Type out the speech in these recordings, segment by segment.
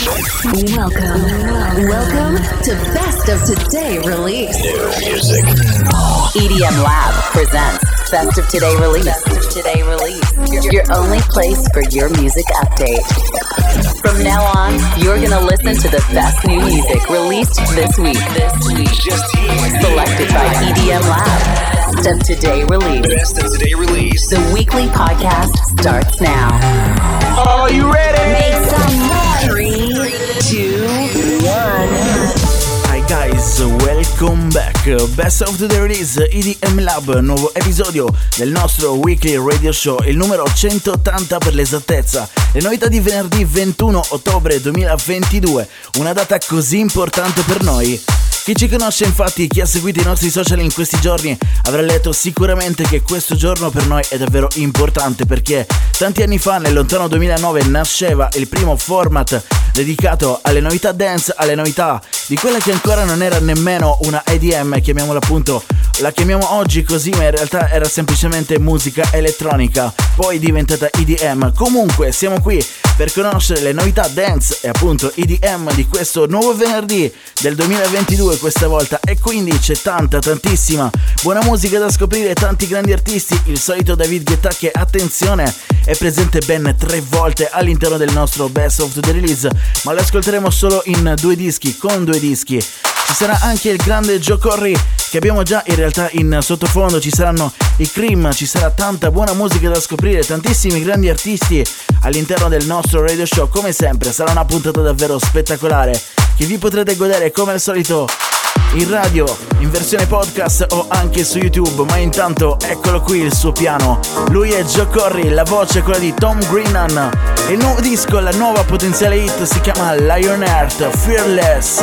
Welcome to Best of Today Release. New music. EDM Lab presents Best of Today Release. Best of Today Release. Your only place for your music update. From now on, you're gonna listen to the best new music released this week. Just here. Selected by EDM Lab. Best of Today Release. Best of Today Release. The weekly podcast starts now. Are you ready? Make some noise. 3, 2, 1. Hi guys, welcome back. Best of the Release EDM Lab, nuovo episodio del nostro weekly radio show, il numero 180 per l'esattezza. Le novità di venerdì 21 ottobre 2022, una data così importante per noi. Chi ci conosce infatti, chi ha seguito i nostri social in questi giorni, avrà letto sicuramente che questo giorno per noi è davvero importante, perché tanti anni fa, nel lontano 2009, nasceva il primo format dedicato alle novità dance, alle novità di quella che ancora non era nemmeno una EDM, chiamiamola appunto, la chiamiamo oggi così, ma in realtà era semplicemente musica elettronica, poi diventata EDM. Comunque siamo qui per conoscere le novità dance e appunto EDM di questo nuovo venerdì del 2022 questa volta, e quindi c'è tantissima buona musica da scoprire, tanti grandi artisti, il solito David Guetta che, attenzione, è presente ben 3 volte all'interno del nostro Best of the Release, ma lo ascolteremo solo in 2 dischi, con 2 dischi. Ci sarà anche il grande Joe Corry che abbiamo già in realtà in sottofondo, ci saranno i Cream, ci sarà tanta buona musica da scoprire, tantissimi grandi artisti all'interno del nostro radio show. Come sempre sarà una puntata davvero spettacolare che vi potrete godere come al solito in radio, in versione podcast o anche su YouTube. Ma intanto eccolo qui il suo piano, lui è Joe Corry, la voce è quella di Tom Greenan. Il nuovo disco, la nuova potenziale hit si chiama Lionheart Fearless.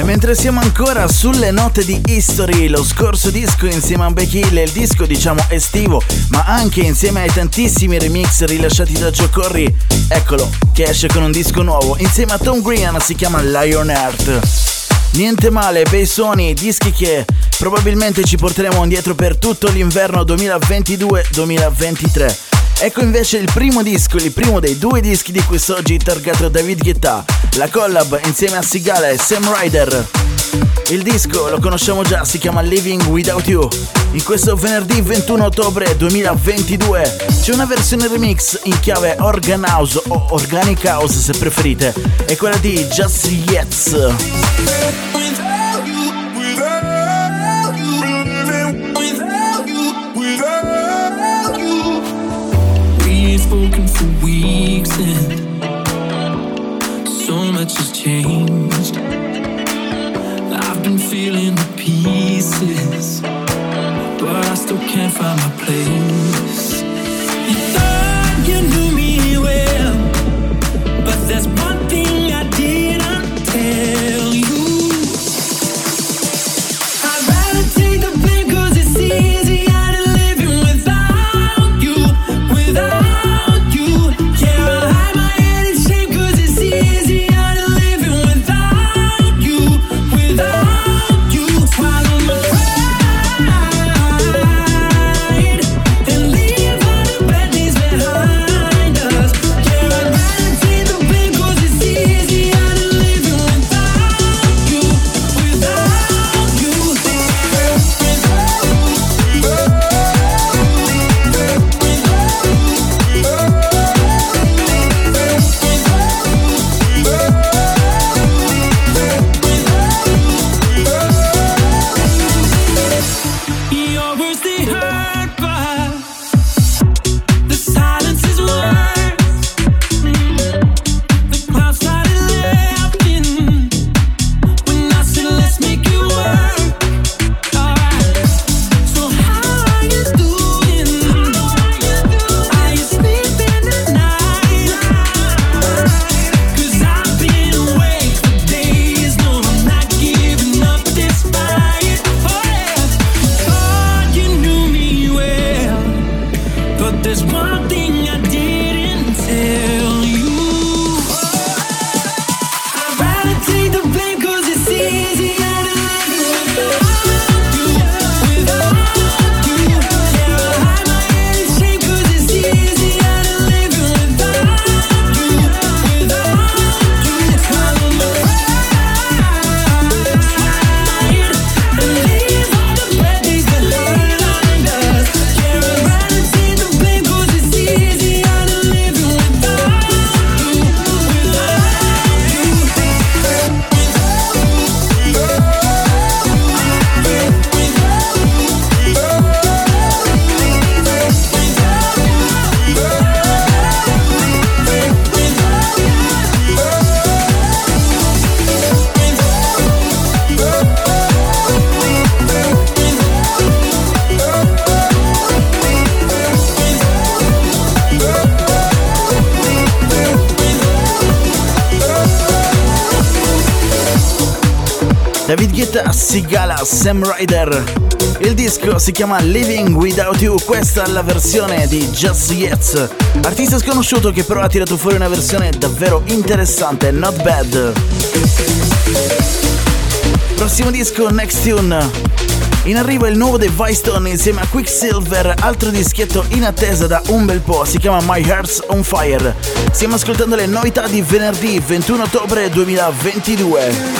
Mentre siamo ancora sulle note di History, lo scorso disco insieme a Becky Hill è il disco diciamo estivo, ma anche insieme ai tantissimi remix rilasciati da Joe Corry, eccolo che esce con un disco nuovo insieme a Tom Green, si chiama Lionheart. Niente male, bei suoni, dischi che probabilmente ci porteremo indietro per tutto l'inverno 2022-2023. Ecco invece il primo disco, il primo dei due dischi di quest'oggi targato David Guetta, la collab insieme a Sigala e Sam Ryder. Il disco lo conosciamo già, si chiama Living Without You. In questo venerdì 21 ottobre 2022 c'è una versione remix in chiave Organ House o Organic House se preferite, è quella di Just Yet. Spoken for weeks and so much has changed. I've been feeling the pieces, but I still can't find my place. You thought you knew me well, but there's one thing I didn't tell you. I'd rather take the blame 'cause it's easier to live without you, without. David Guetta, Sigala, Sam Ryder. Il disco si chiama Living Without You, questa è la versione di Just Yet, artista sconosciuto che però ha tirato fuori una versione davvero interessante, not bad. Prossimo disco, Next Tune. In arrivo il nuovo dei Vicetone insieme a Quicksilver, altro dischietto in attesa da un bel po', si chiama My Heart's on Fire. Stiamo ascoltando le novità di venerdì 21 ottobre 2022.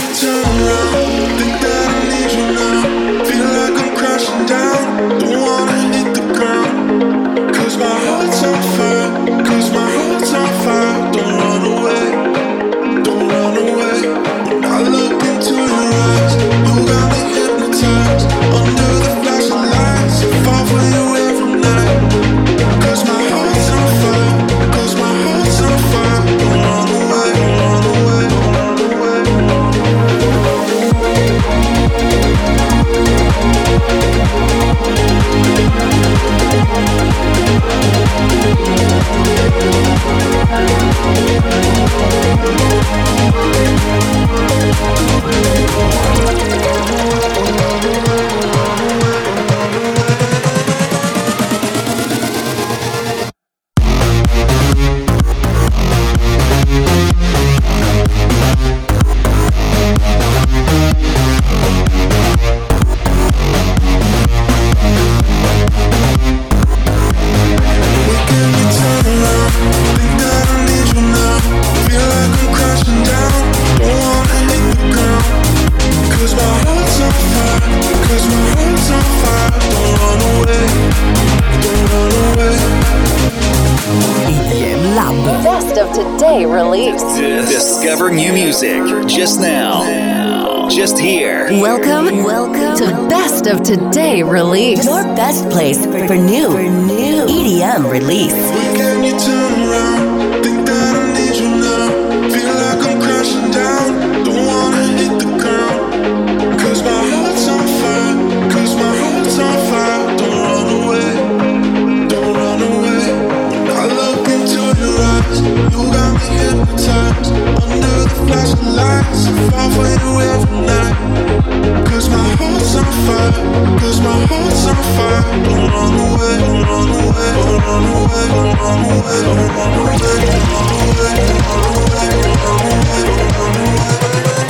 Discover new music just now. Just here. Welcome to Best of Today Release. Your best place for new EDM release. Can you turn around? Think that I need you now. Feel like I'm crashing down. Don't wanna hit the ground. Cause my heart's on fire. Cause my heart's on fire. Don't run away. Don't run away. When I look into your eyes, you got me hypnotized. Under the flashing lights, I fall for you every night. Cause my heart's on fire. Cause my heart's on fire. Don't run away. Don't run away. Don't run away. Don't run away. Don't run away. Don't run away. Don't run away. Don't run away. Don't run away.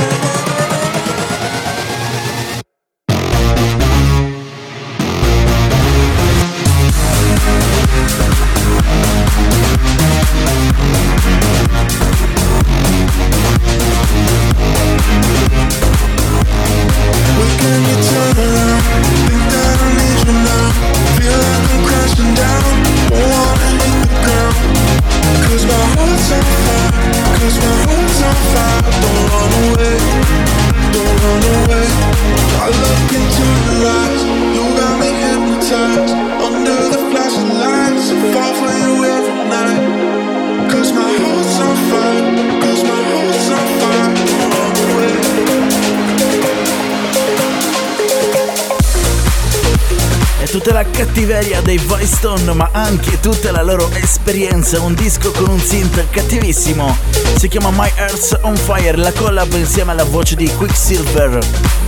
Tutta la cattiveria dei Voice Stone, ma anche tutta la loro esperienza. Un disco con un synth cattivissimo, si chiama My Heart's on Fire, la collab insieme alla voce di Quicksilver.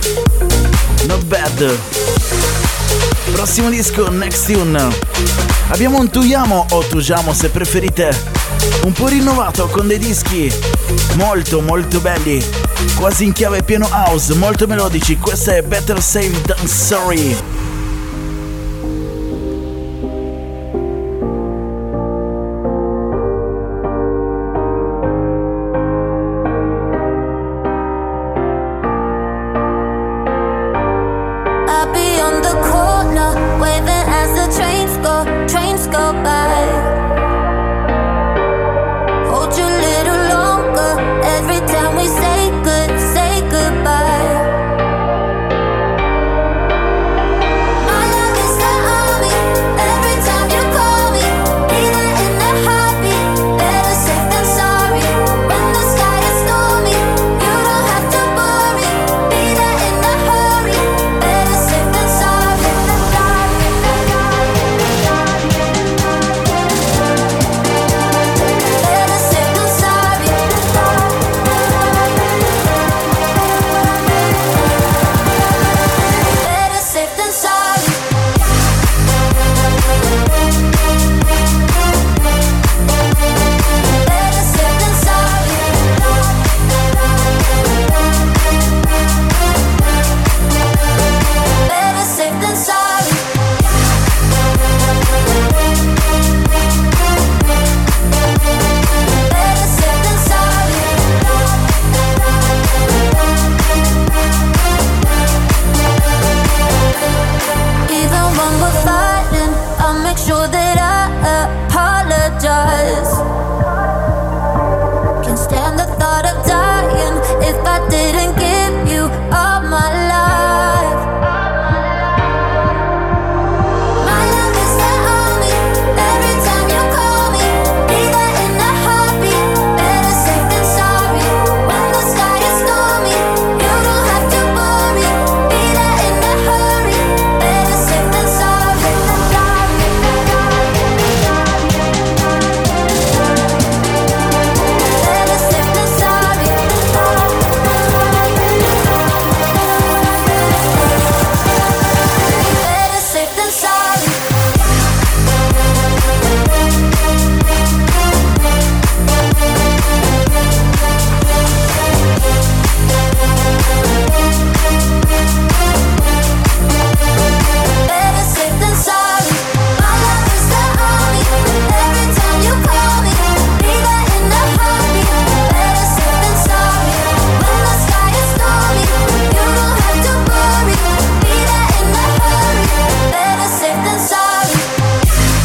Not bad. Prossimo disco, Next Tune. Abbiamo un Tuyamo o Tujamo se preferite, un po' rinnovato con dei dischi molto molto belli, quasi in chiave piano house, molto melodici. Questa è Better Safe Than Sorry.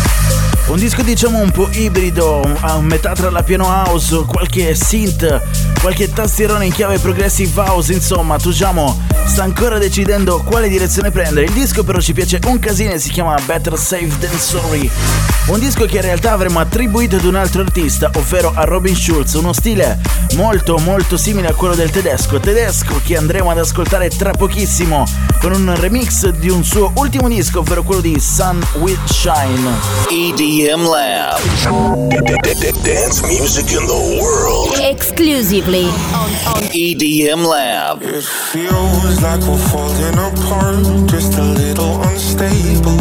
Diciamo un po' ibrido, a metà tra la piano house, qualche synth, qualche tastierone in chiave progressive house, insomma Tujamo sta ancora decidendo quale direzione prendere. Il disco però ci piace un casino e si chiama Better Safe Than Sorry, un disco che in realtà avremmo attribuito ad un altro artista, ovvero a Robin Schulz, uno stile molto molto simile a quello del tedesco che andremo ad ascoltare tra pochissimo con un remix di un suo ultimo disco, ovvero quello di Sun Will Shine. EDM Lab. Dance music in the world. Exclusively on EDM Lab. It feels like we're falling apart, just a little unstable.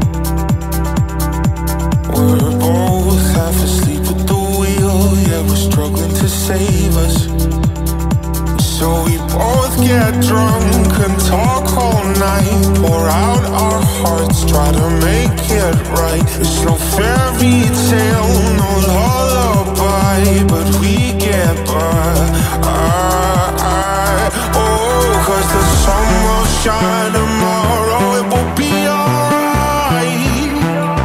We're both half asleep at the wheel, yeah, we're struggling to save us. So we both get drunk and talk all night, pour out our hearts, try to make it right. It's no fairy tale, no lullaby, but we get by. Oh, 'cause the sun will shine tomorrow, it will be alright.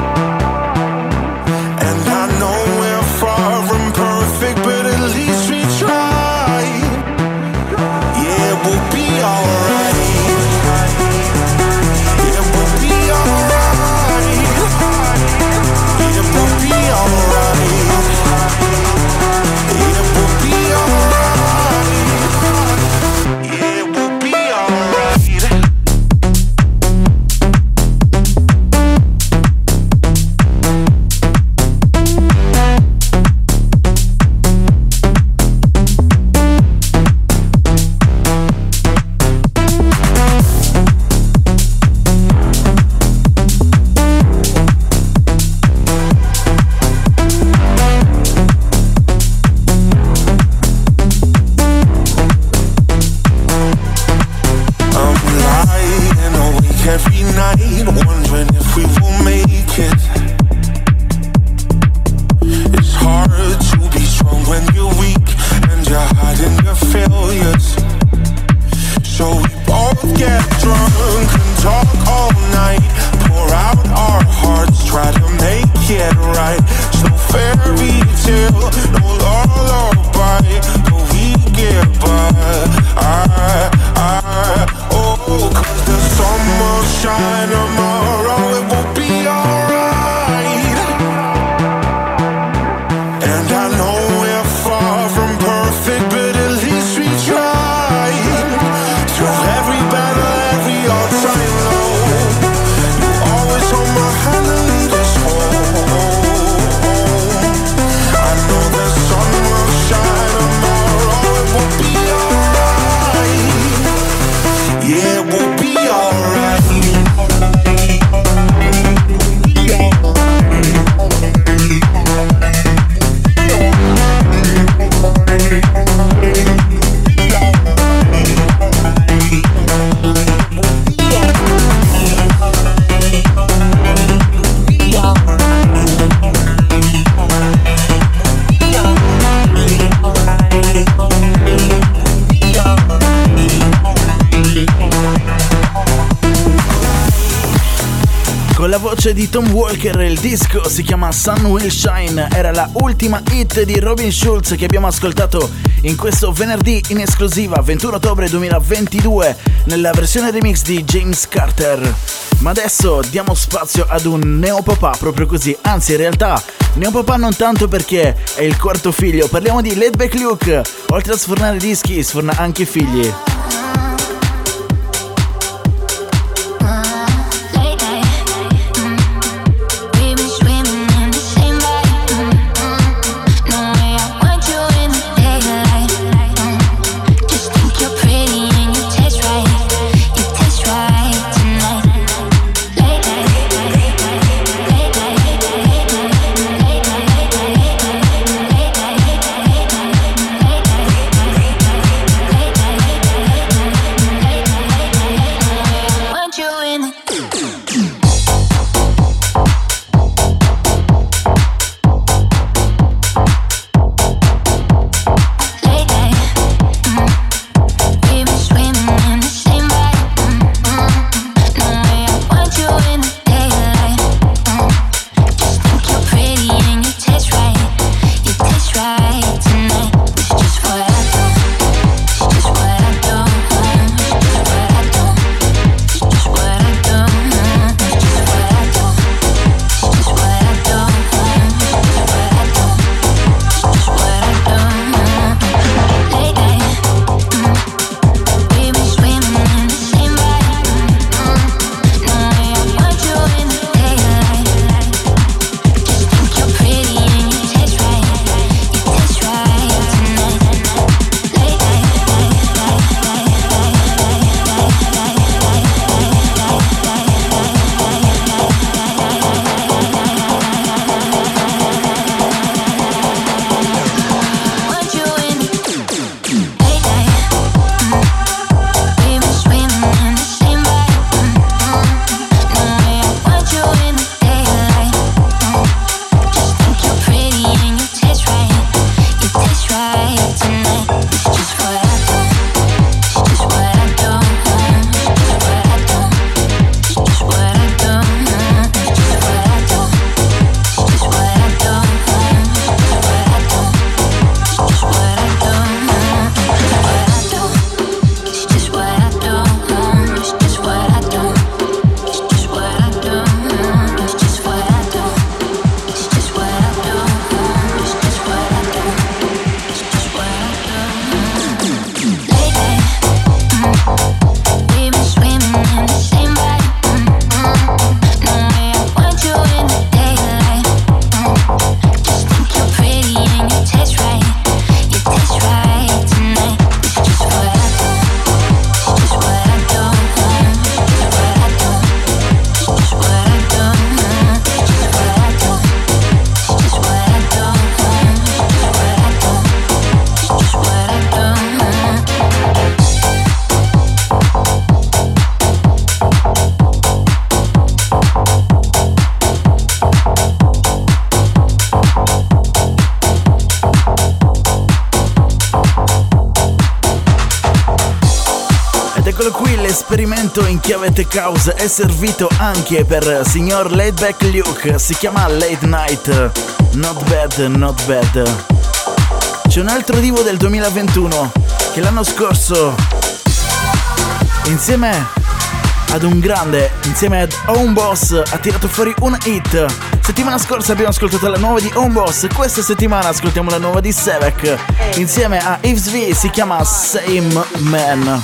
And I know we're far from perfect, but at least we try. Yeah, it will be alright. It will be alright. It will be alright. It will be alright. Yeah, it will be alright. Every night, wondering if we will make it. It's hard to be strong when you're weak and you're hiding your failures. So we both get drunk and talk all night, pour out our hearts, try to make it right. It's no fairy tale, no lullaby, but we get by. Oh, 'cause the sun will shine tomorrow, it will be alright. And I know we're far from perfect, but at least we try. Through every battle, every all-time low, you always hold my hand and lead us home. I know the sun will shine tomorrow, it will be alright. Yeah, it will be alright. Con la voce di Tom Walker, il disco si chiama Sun Will Shine, era la ultima hit di Robin Schulz che abbiamo ascoltato in questo venerdì in esclusiva 21 ottobre 2022 nella versione remix di James Carter. Ma adesso diamo spazio ad un neopapà, proprio così, anzi in realtà neopapà non tanto perché è il quarto figlio, parliamo di Laidback Luke, oltre a sfornare dischi sforna anche figli. Ed eccolo qui, l'esperimento in chiave tech house è servito anche per signor Laidback Luke, si chiama Late Night. Not bad, not bad. C'è un altro divo del 2021 che l'anno scorso, insieme ad un grande, insieme ad Homeboss, ha tirato fuori una hit. Settimana scorsa abbiamo ascoltato la nuova di Homeboss, questa settimana ascoltiamo la nuova di Sevek insieme a Yves V, si chiama Same Man.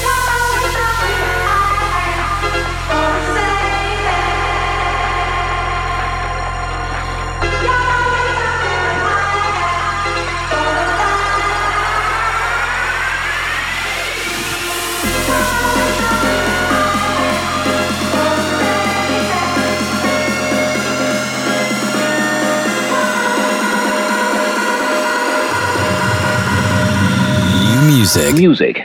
Music.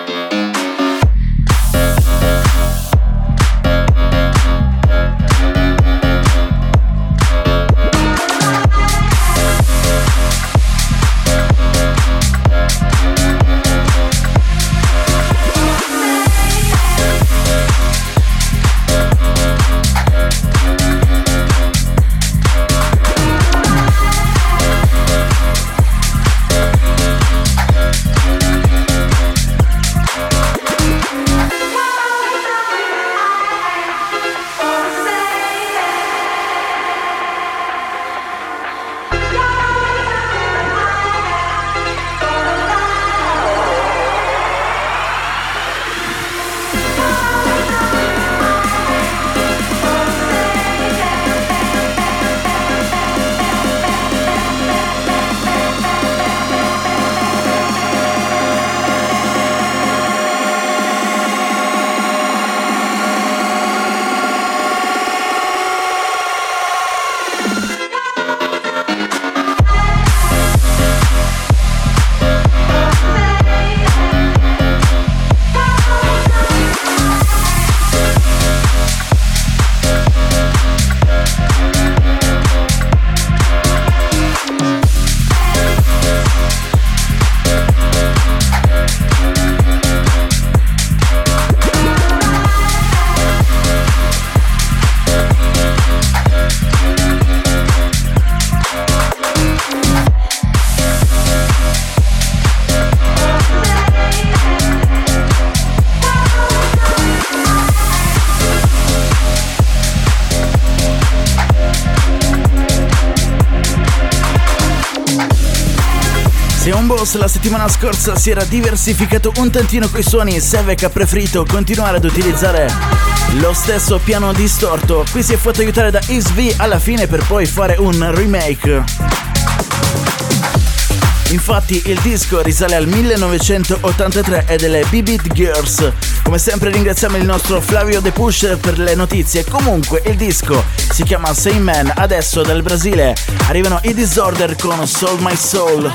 Se Homeboss la settimana scorsa si era diversificato un tantino coi suoni, Sevek ha preferito continuare ad utilizzare lo stesso piano distorto. Qui si è fatto aiutare da Yves V alla fine per poi fare un remake. Infatti il disco risale al 1983 ed è delle B-Beat Girls. Come sempre ringraziamo il nostro Flavio De Pusher per le notizie. Comunque il disco si chiama Same Man. Adesso dal Brasile arrivano i Disorder con Sold My Soul.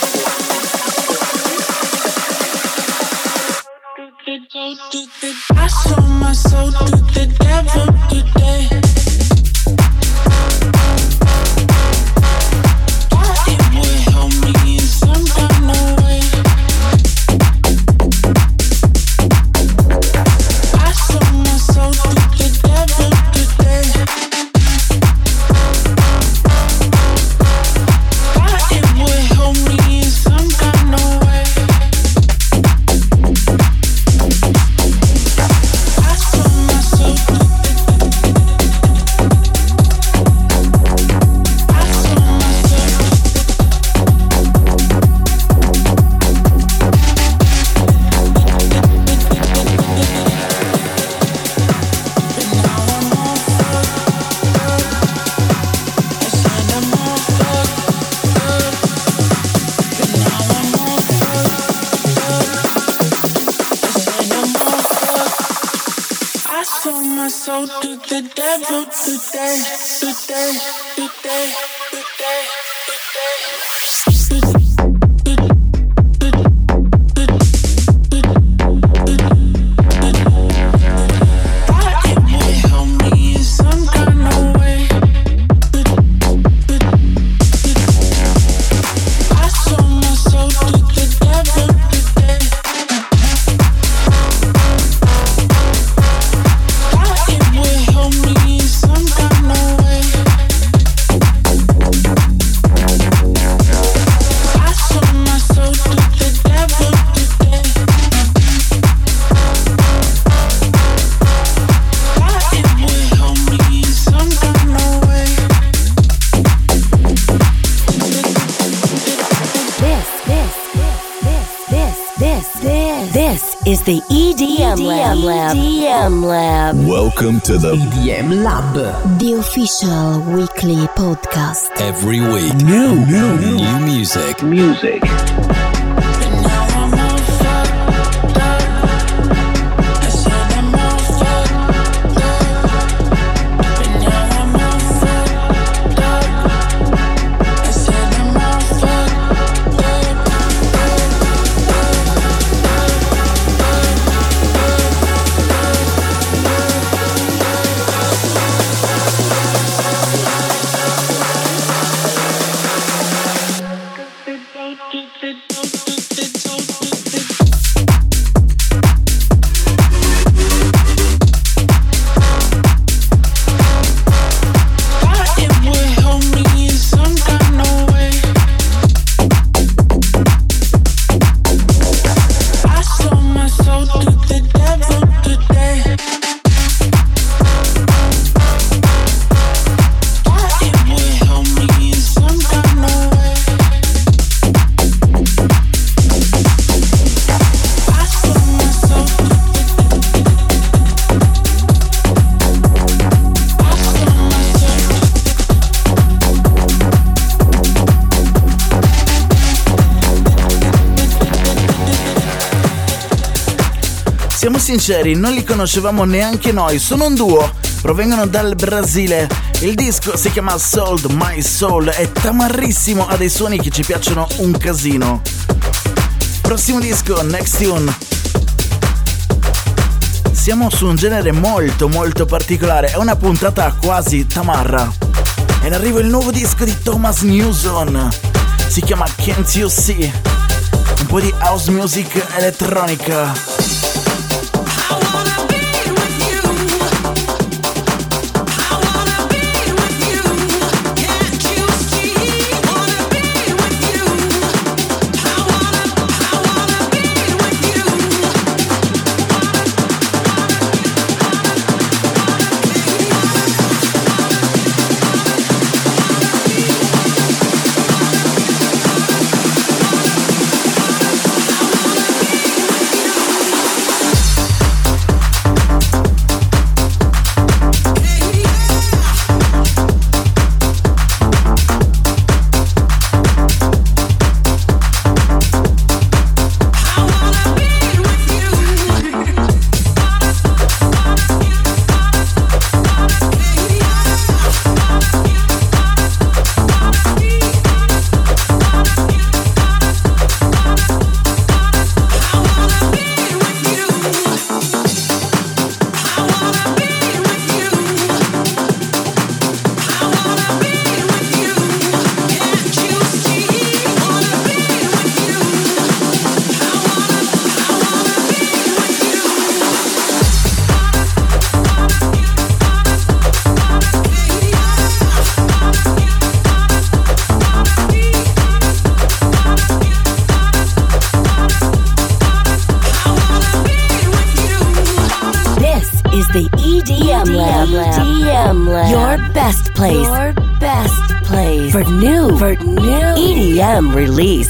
I to the devil today, today, today, today, today. Is the EDM Lab. EDM Lab. Welcome to the EDM Lab, The official weekly podcast. every week new music. Siamo sinceri, non li conoscevamo neanche noi, sono un duo, provengono dal Brasile. Il disco si chiama Sold My Soul, è tamarrissimo, ha dei suoni che ci piacciono un casino. Prossimo disco, Next Tune. Siamo su un genere molto particolare, è una puntata quasi tamarra. Ed arriva il nuovo disco di Thomas Newson, si chiama Can't You See, un po' di house music elettronica. The EDM Lab. EDM Lab. Your best place for new EDM release.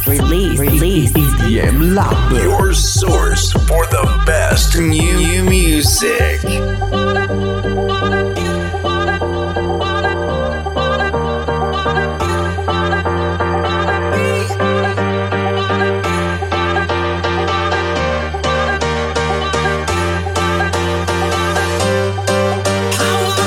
EDM Lab, Your source for the best new music. I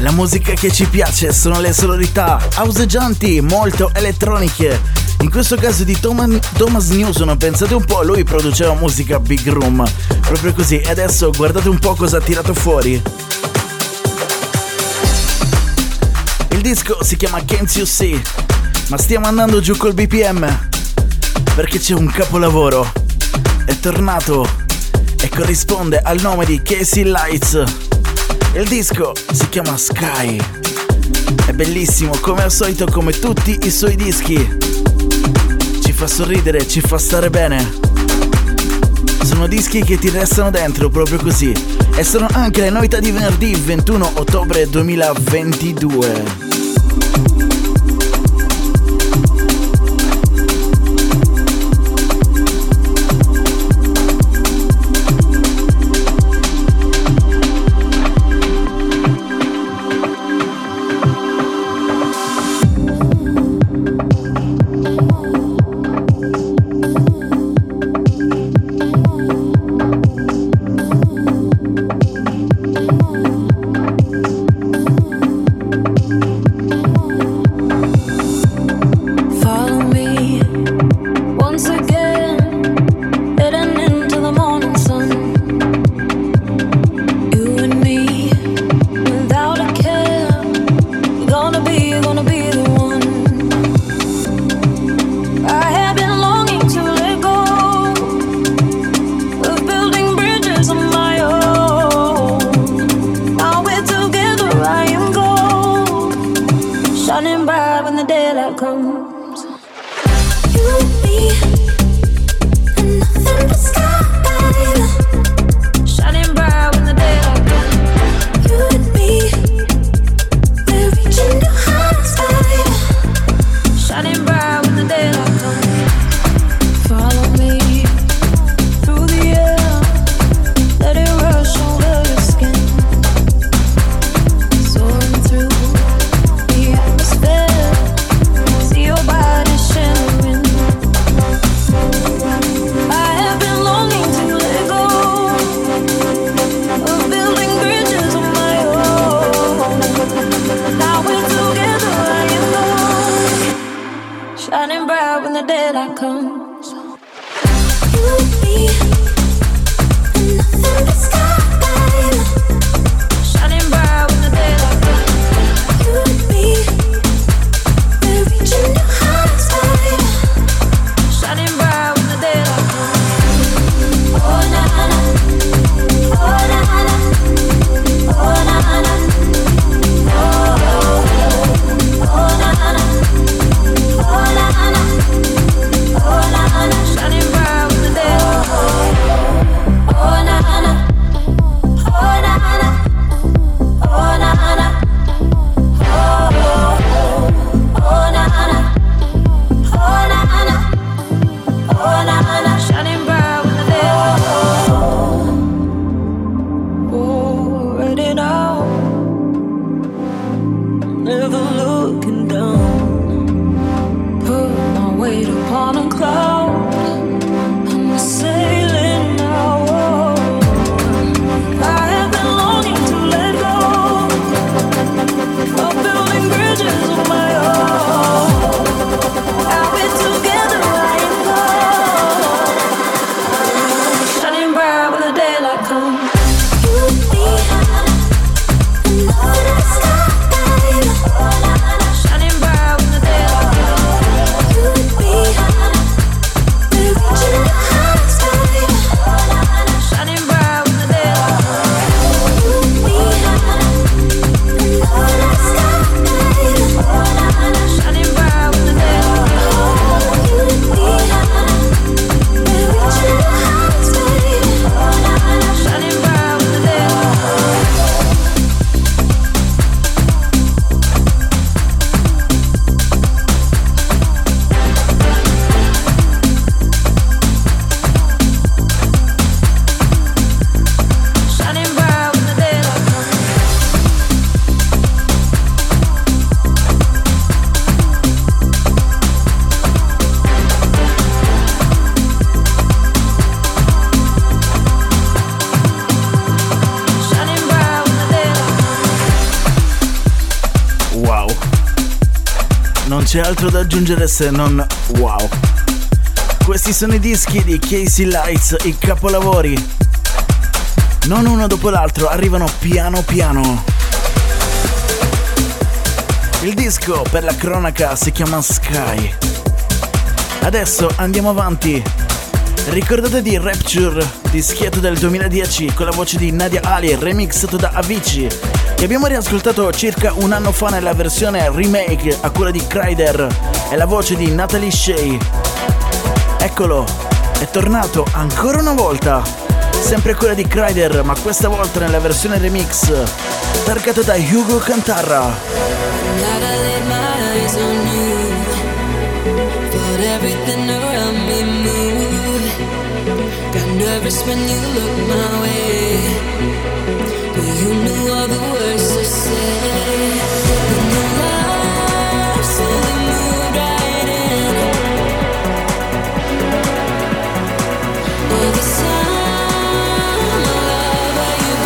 la musica che ci piace sono le sonorità houseggianti, molto elettroniche. In questo caso di Thomas Newson, pensate un po', lui produceva musica big room, proprio così. E adesso guardate un po' cosa ha tirato fuori. Il disco si chiama Can't You See, ma stiamo andando giù col BPM perché c'è un capolavoro. È tornato e corrisponde al nome di Casey Lights. Il disco si chiama Sky. È bellissimo, come al solito, come tutti i suoi dischi. Ci fa sorridere, ci fa stare bene. Sono dischi che ti restano dentro, proprio così. E sono anche le novità di venerdì 21 ottobre 2022. You Non c'è altro da aggiungere se non wow. Questi sono i dischi di Casey Lights, i capolavori. Non uno dopo l'altro, arrivano piano piano. Il disco, per la cronaca, si chiama Sky. Adesso andiamo avanti. Ricordate di Rapture, dischetto del 2010 con la voce di Nadia Ali, remixato da Avicii, che abbiamo riascoltato circa un anno fa nella versione remake a cura di Kryder e la voce di Natalie Shea. Eccolo, è tornato ancora una volta, sempre a cura di Kryder, ma questa volta nella versione remix targata da Hugo Cantarra. Everything around me move. Got nervous when you looked my way, but you knew all the words to say. And the love slowly moved right in. All this time, my love, where you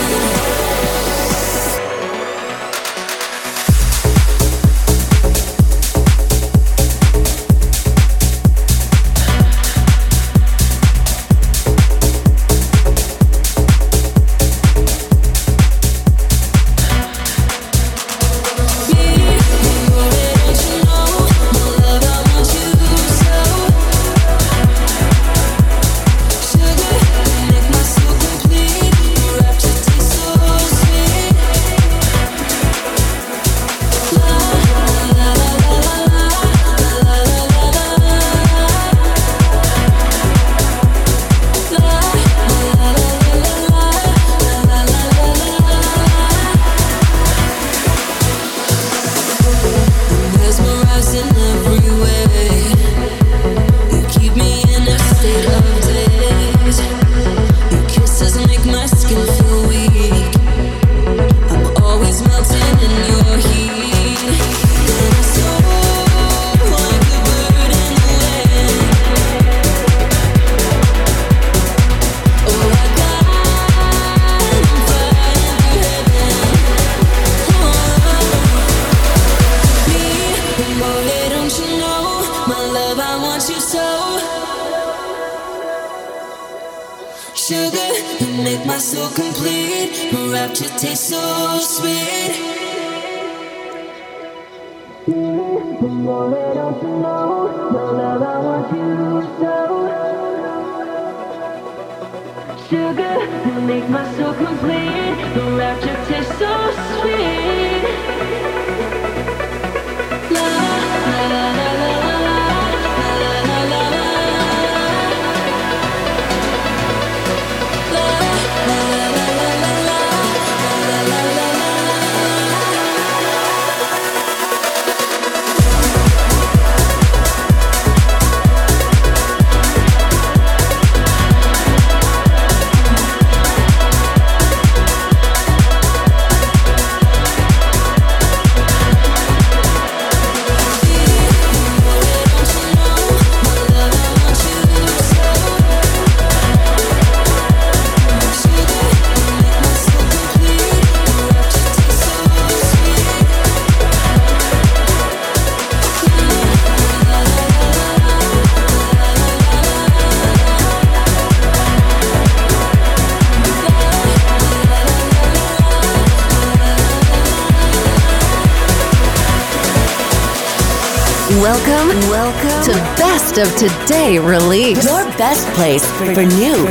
Welcome to Best of Today Release. Your best place for new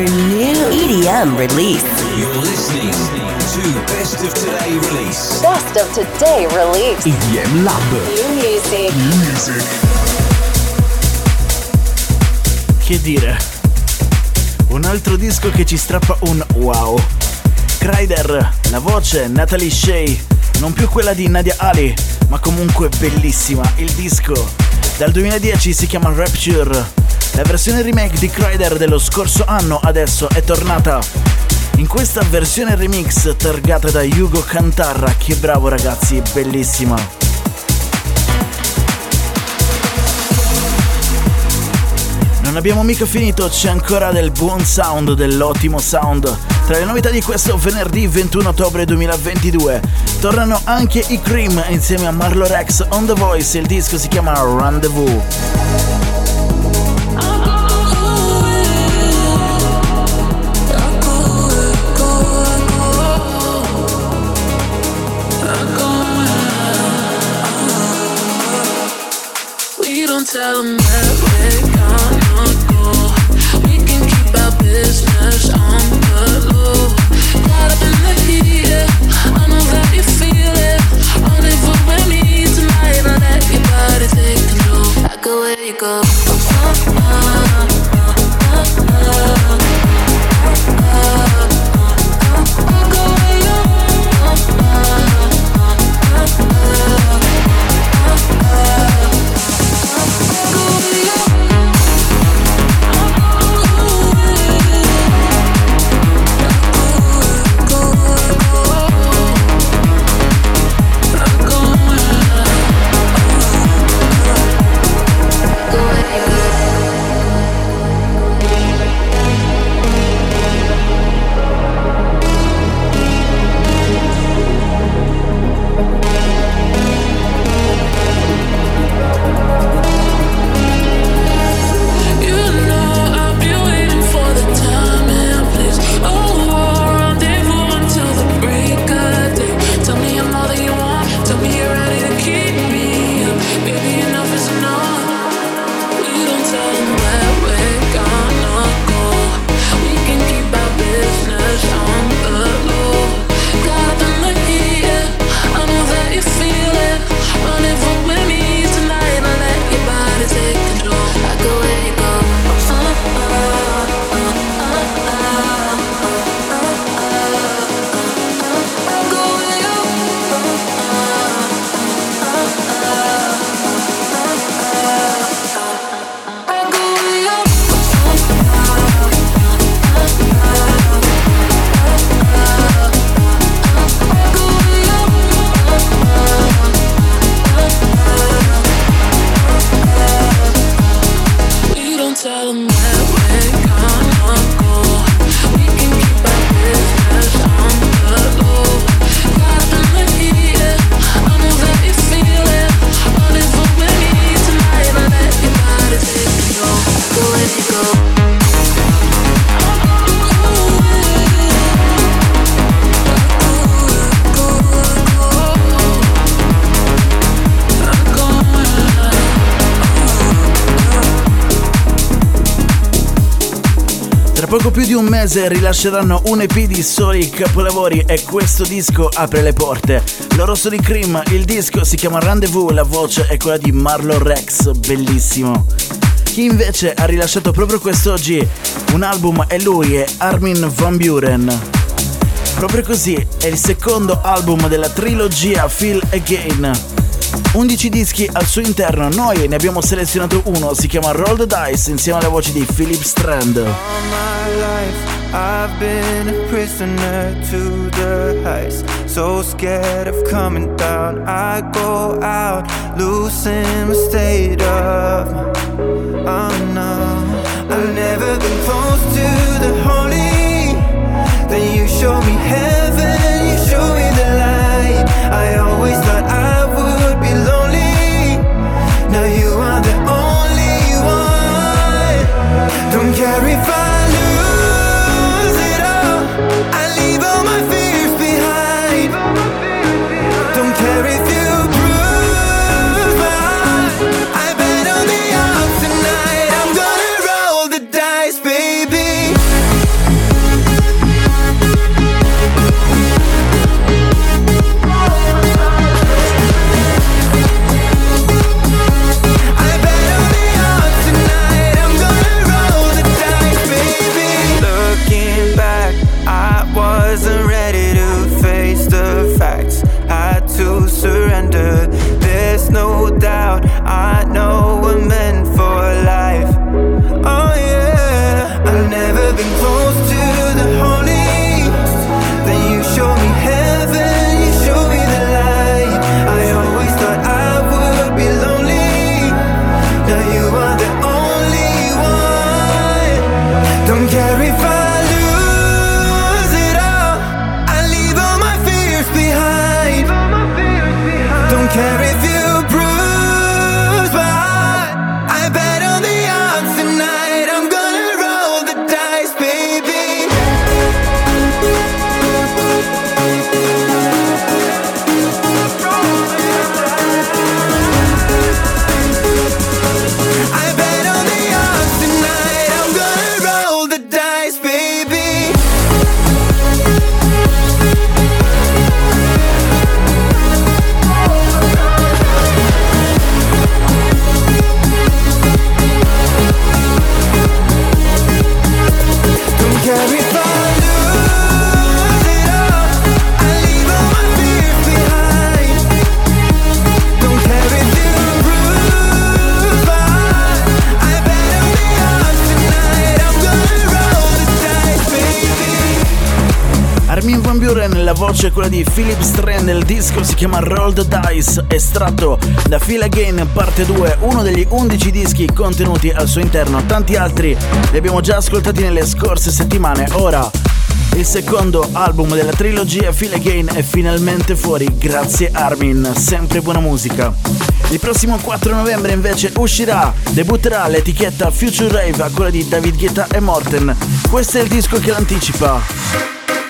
EDM release. You're listening to Best of Today Release. Best of Today Release. EDM Lab. New music. Che dire? Un altro disco che ci strappa un wow. Kryder, la voce Natalie Shea, non più quella di Nadia Ali, ma comunque bellissima. Il disco dal 2010 si chiama Rapture. La versione remake di Kryder dello scorso anno adesso è tornata in questa versione remix targata da Hugo Cantarra. Che bravo ragazzi, bellissima. Non abbiamo mica finito, c'è ancora del buon sound, dell'ottimo sound. Tra le novità di questo venerdì 21 ottobre 2022 Tornano anche i Cream insieme a Marlo Rex on The Voice, il disco si chiama Rendezvous. Tell them that we're gonna go. We can keep our business on the low. Caught up in the heat, yeah. I know that you feel it. Only for when me tonight, I'll let your body take control. I go where you go. Poco più di un mese rilasceranno un EP di soli capolavori e questo disco apre le porte. Loro sono i Cream, il disco si chiama Rendezvous, la voce è quella di Marlo Rex, bellissimo. Chi invece ha rilasciato proprio quest'oggi un album è lui, è Armin van Buuren. Proprio così, è il secondo album della trilogia Feel Again. 11 dischi al suo interno, noi ne abbiamo selezionato uno, si chiama Roll the Dice insieme alle voci di Philip Strand. All my life I've been a prisoner to the heights, so scared of coming down. I go out, losing my state of oh no. I've never been close to the holy, then you show me heaven, you show me the light. I always thought I would be lonely, now you are the only one. Don't care if I lose it all, I leave all my fears behind. Don't care if you bruise my heart, I bet on the odds tonight. I'm Buren, la voce è quella di Philip Strand, il disco si chiama Roll the Dice, estratto da Feel Again parte 2, uno degli 11 dischi contenuti al suo interno. Tanti altri li abbiamo già ascoltati nelle scorse settimane. Ora il secondo album della trilogia Feel Again è finalmente fuori, grazie Armin, sempre buona musica. Il prossimo 4 novembre invece debutterà l'etichetta Future Rave a quella di David Guetta e Morten. Questo è il disco che l'anticipa.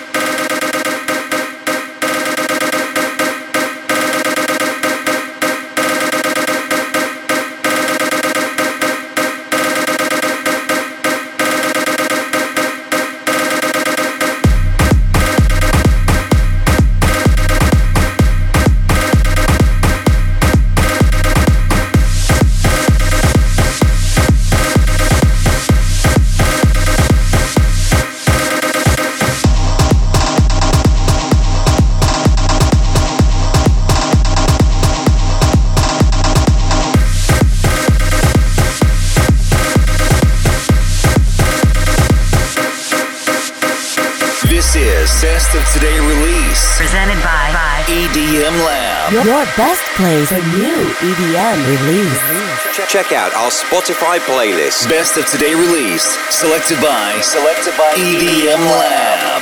Best of Today release. Presented by EDM Lab. Your best plays for new EDM release. Check out our Spotify playlist. Best of Today release. Selected by EDM Lab.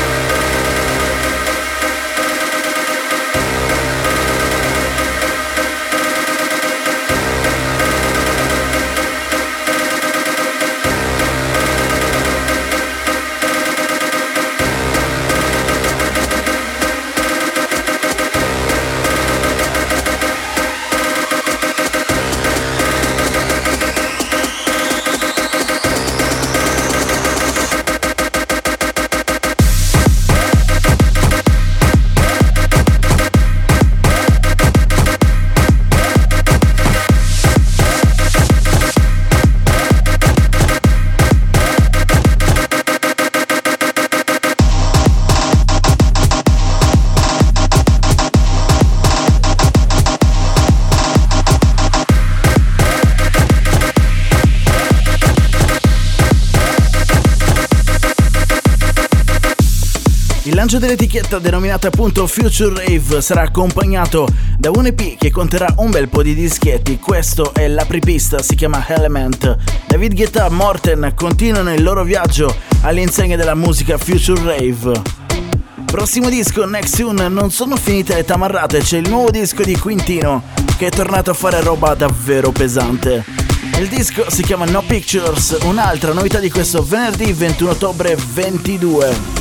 Il lancio dell'etichetta denominata appunto Future Rave sarà accompagnato da un EP che conterrà un bel po' di dischetti. Questo è l'apripista, si chiama Element. David Guetta e Morten continuano il loro viaggio all'insegna della musica Future Rave. Prossimo disco, Next Tune, non sono finite le tamarrate, c'è il nuovo disco di Quintino che è tornato a fare roba davvero pesante. Il disco si chiama No Pictures, un'altra novità di questo venerdì 21 ottobre 22.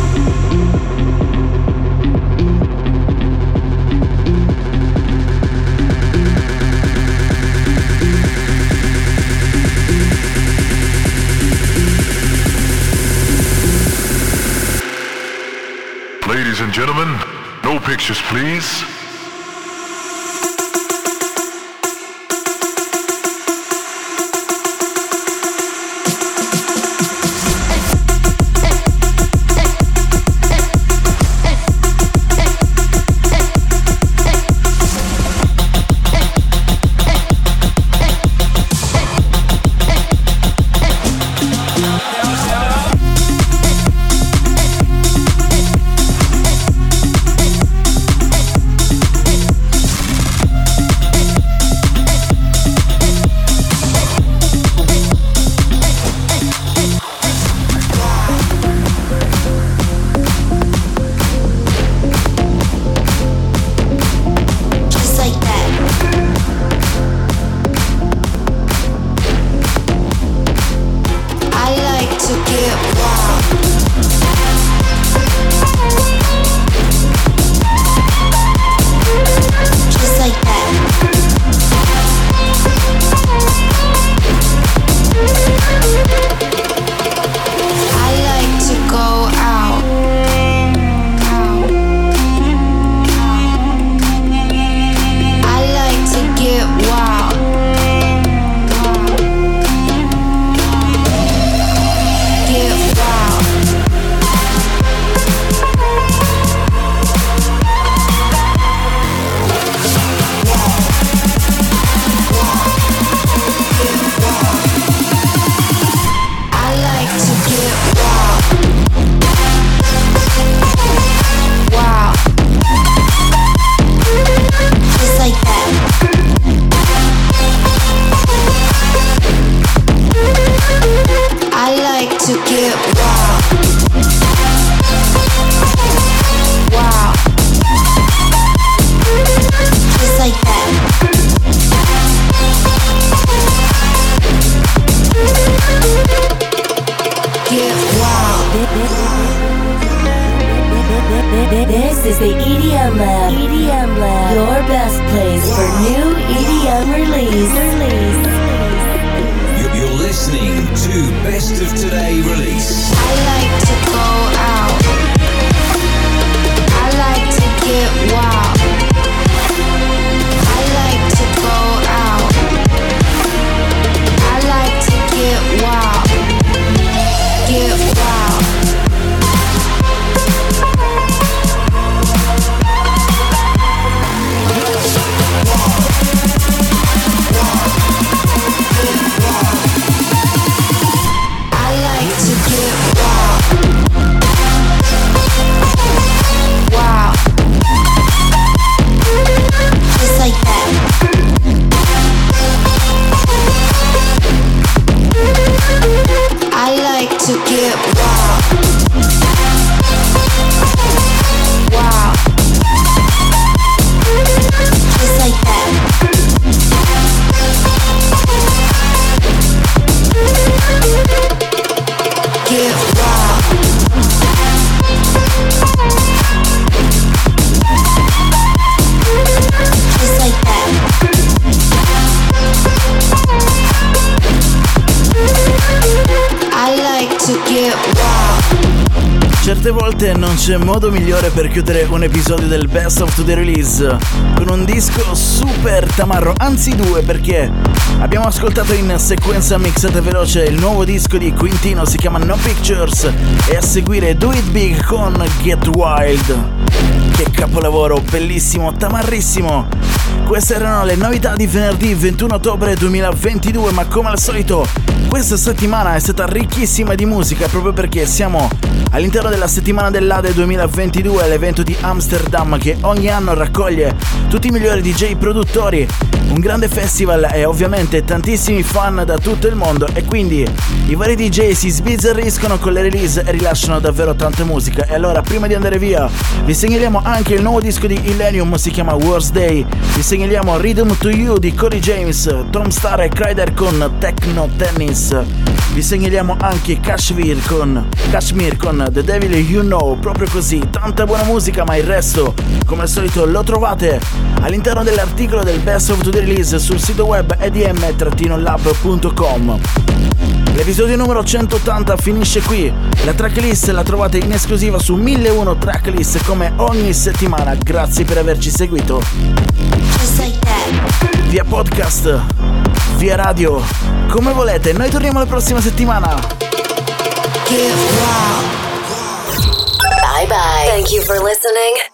Ladies and gentlemen, no pictures please. for new EDM release. You're listening to Best of Today release. I like to go out. I like to get wild. I like to go out. I like to get wild. Get wild. To get wild, wow, just like that. Get wild, just like that. I like to get wild. Certe volte non c'è modo migliore per chiudere un episodio del Best of the Release con un disco super tamarro, anzi due, perché abbiamo ascoltato in sequenza mixata veloce il nuovo disco di Quintino, si chiama No Pictures, e a seguire Do It Big con Get Wild. Che capolavoro, bellissimo, tamarrissimo. Queste erano le novità di venerdì 21 ottobre 2022, ma come al solito questa settimana è stata ricchissima di musica proprio perché siamo all'interno della settimana dell'Ade 2022, l'evento di Amsterdam che ogni anno raccoglie tutti i migliori DJ produttori, un grande festival e ovviamente tantissimi fan da tutto il mondo, e quindi i vari DJ si sbizzarriscono con le release e rilasciano davvero tanta musica. E allora, prima di andare via, vi segnaliamo anche il nuovo disco di Illenium, si chiama Worst Day, vi segnaliamo Rhythm to You di Corey James, Tom Starr e Kryder con Techno Tennis, vi segnaliamo anche Kashmir con The Devil You Know, proprio così, tanta buona musica, ma il resto come al solito lo trovate all'interno dell'articolo del Best of the Release sul sito web edm-lab.com. L'episodio numero 180 finisce qui, la tracklist la trovate in esclusiva su 1001 Tracklist come ogni settimana. Grazie per averci seguito via podcast, via radio, come volete. Noi torniamo la prossima settimana. Bye bye. Thank you for listening